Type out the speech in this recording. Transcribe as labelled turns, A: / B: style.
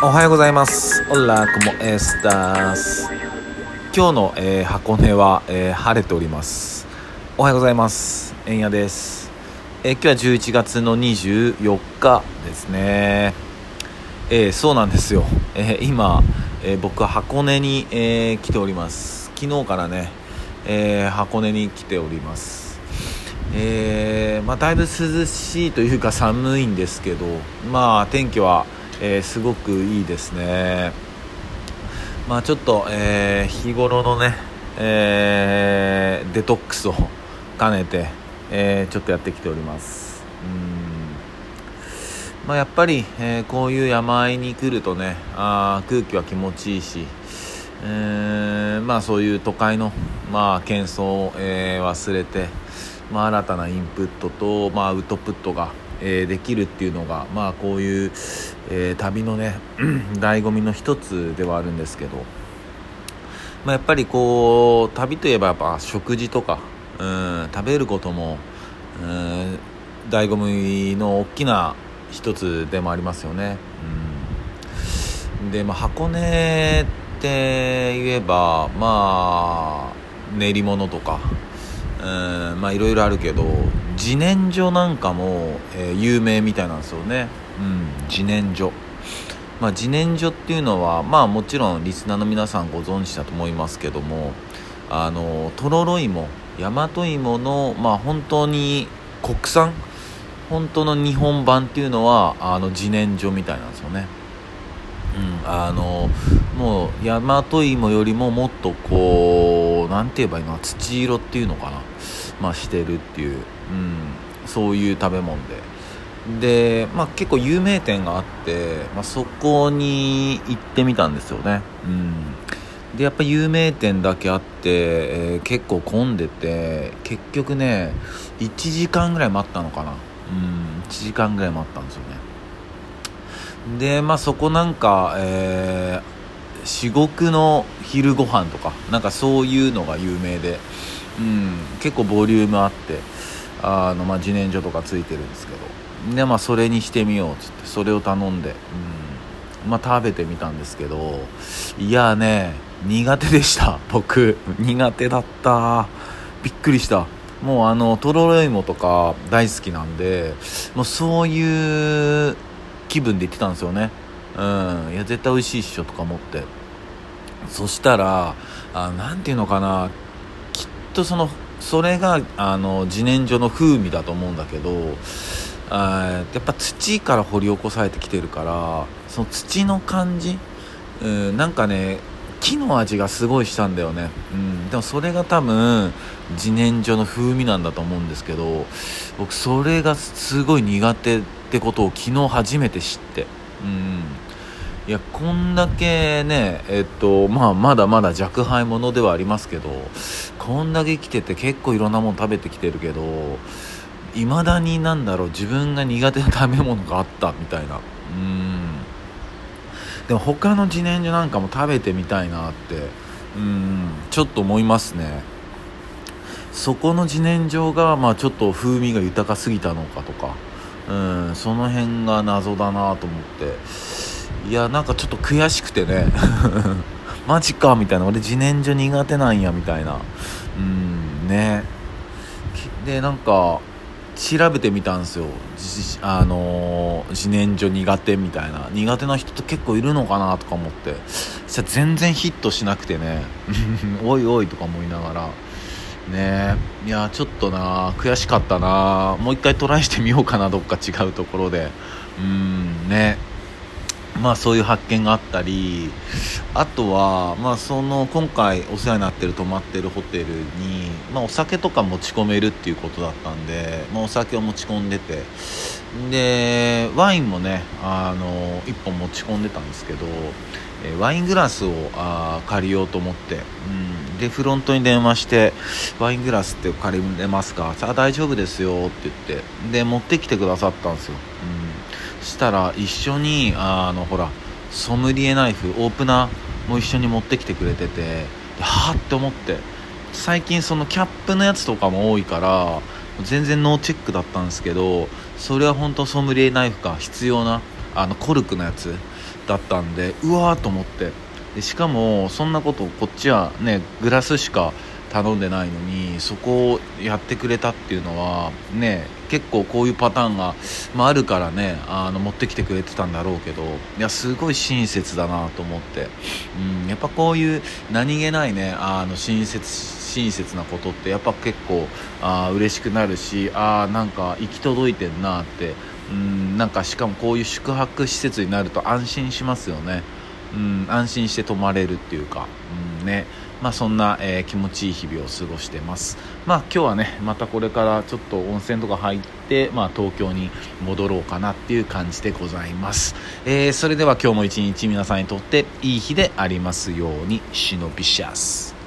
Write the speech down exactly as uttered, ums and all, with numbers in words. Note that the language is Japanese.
A: おはようございます。オラコモエスタス。今日の、えー、箱根は、えー、晴れております。おはようございます。えんやです。えー、今日はじゅういちがつのにじゅうよっかですね。えー、そうなんですよ。えー、今、えー、僕は箱根に、えー、来ております。昨日からね、えー、箱根に来ております。えーまあ、だいぶ涼しいというか寒いんですけど、まあ天気はえー、すごくいいですね。まあちょっと、えー、日頃のね、えー、デトックスを兼ねて、えー、ちょっとやってきております。うん、まあ、やっぱり、えー、こういう山あいに来るとね、あ空気は気持ちいいし、えー、まあそういう都会の、まあ、喧騒を、えー、忘れて、まあ、新たなインプットと、まあ、アウトプットがえー、できるっていうのが、まあ、こういう、えー、旅のね醍醐味の一つではあるんですけど、まあ、やっぱりこう旅といえばやっぱ食事とか、うん、食べることも、うん、醍醐味の大きな一つでもありますよね。うん、で、まあ、箱根って言えばまあ練り物とか、うん、まあいろいろあるけど自然薯なんかも、えー、有名みたいなんですよね。うん、自然薯、まあ、自然薯っていうのはまあもちろんリスナーの皆さんご存知だと思いますけども、あのとろろ芋、大和芋のまあ本当に国産本当の日本版っていうのはあの自然薯みたいなんですよね。うん、あのもう大和芋よりももっとこうなんて言えばいいの、土色っていうのかな、まあ、してるっていう、うん、そういう食べ物でで、まあ、結構有名店があって、まあ、そこに行ってみたんですよね。うん、でやっぱ有名店だけあって、えー、結構混んでて結局ねいちじかんぐらい待ったのかな。うん、いちじかんぐらい待ったんですよね。でまあそこなんか、えー、至極の昼ご飯とかなんかそういうのが有名で、うん、結構ボリュームあってあの、まあ、自然薯とかついてるんですけど、でまあそれにしてみようっつってそれを頼んで、うん、まあ食べてみたんですけど、いやね苦手でした。僕苦手だった。びっくりした。もうあのとろろ芋とか大好きなんで、もうそういう気分で言ってたんですよね。うん、いや絶対美味しいっしょとか思って、そしたらあなんていうのかな、きっとそのそれがあの自然薯の風味だと思うんだけど、あやっぱ土から掘り起こされてきてるからその土の感じ、うん、なんかね木の味がすごいしたんだよね。うん、でもそれが多分自然薯の風味なんだと思うんですけど、僕それがすごい苦手ってことを昨日初めて知って、うん、いやこんだけねえっとまあまだまだ若輩者ではありますけど、こんだけ生きてて結構いろんなもの食べてきてるけど、未だになんだろう自分が苦手な食べ物があったみたいな。うんでも他の自然薯なんかも食べてみたいなってうんちょっと思いますね。そこの自然薯がまあちょっと風味が豊かすぎたのかとか、うんその辺が謎だなと思って、いやなんかちょっと悔しくてねマジかみたいな、俺自然薯苦手なんやみたいな。うんねでなんか調べてみたんですよ。あのー、自然薯苦手みたいな苦手な人って結構いるのかなとか思って、そしたら全然ヒットしなくてねおいおいとか思いながらね、いやちょっとな悔しかったな。もう一回トライしてみようかな、どっか違うところで。うんねまあそういう発見があったり、あとはまあその今回お世話になってる泊まってるホテルに、まあ、お酒とか持ち込めるっていうことだったんで、まあ、お酒を持ち込んでて、でワインもねあのいっぽん持ち込んでたんですけど、えワイングラスをあ借りようと思って、うん、でフロントに電話してワイングラスって借りれますか、さあ大丈夫ですよって言ってで持ってきてくださったんですよ。うんしたら一緒にあのほらソムリエナイフオープナーも一緒に持ってきてくれてて、ではぁって思って、最近そのキャップのやつとかも多いから全然ノーチェックだったんですけど、それは本当ソムリエナイフが必要なあのコルクのやつだったんで、うわーと思って、でしかもそんなことこっちはねグラスしか頼んでないのにそこをやってくれたっていうのはね、結構こういうパターンが、まあ、あるからね、あの持ってきてくれてたんだろうけど、いやすごい親切だなと思って、うん、やっぱこういう何気ないねあの親切親切なことってやっぱ結構あ嬉しくなるし、あなんか行き届いてんなって、うん、なんかしかもこういう宿泊施設になると安心しますよね。うん、安心して泊まれるっていうか、うんね、まあそんな、えー、気持ちいい日々を過ごしてます。まあ今日はねまたこれからちょっと温泉とか入って、まあ、東京に戻ろうかなっていう感じでございます。えー、それでは今日も一日皆さんにとっていい日でありますように。シノビシャス。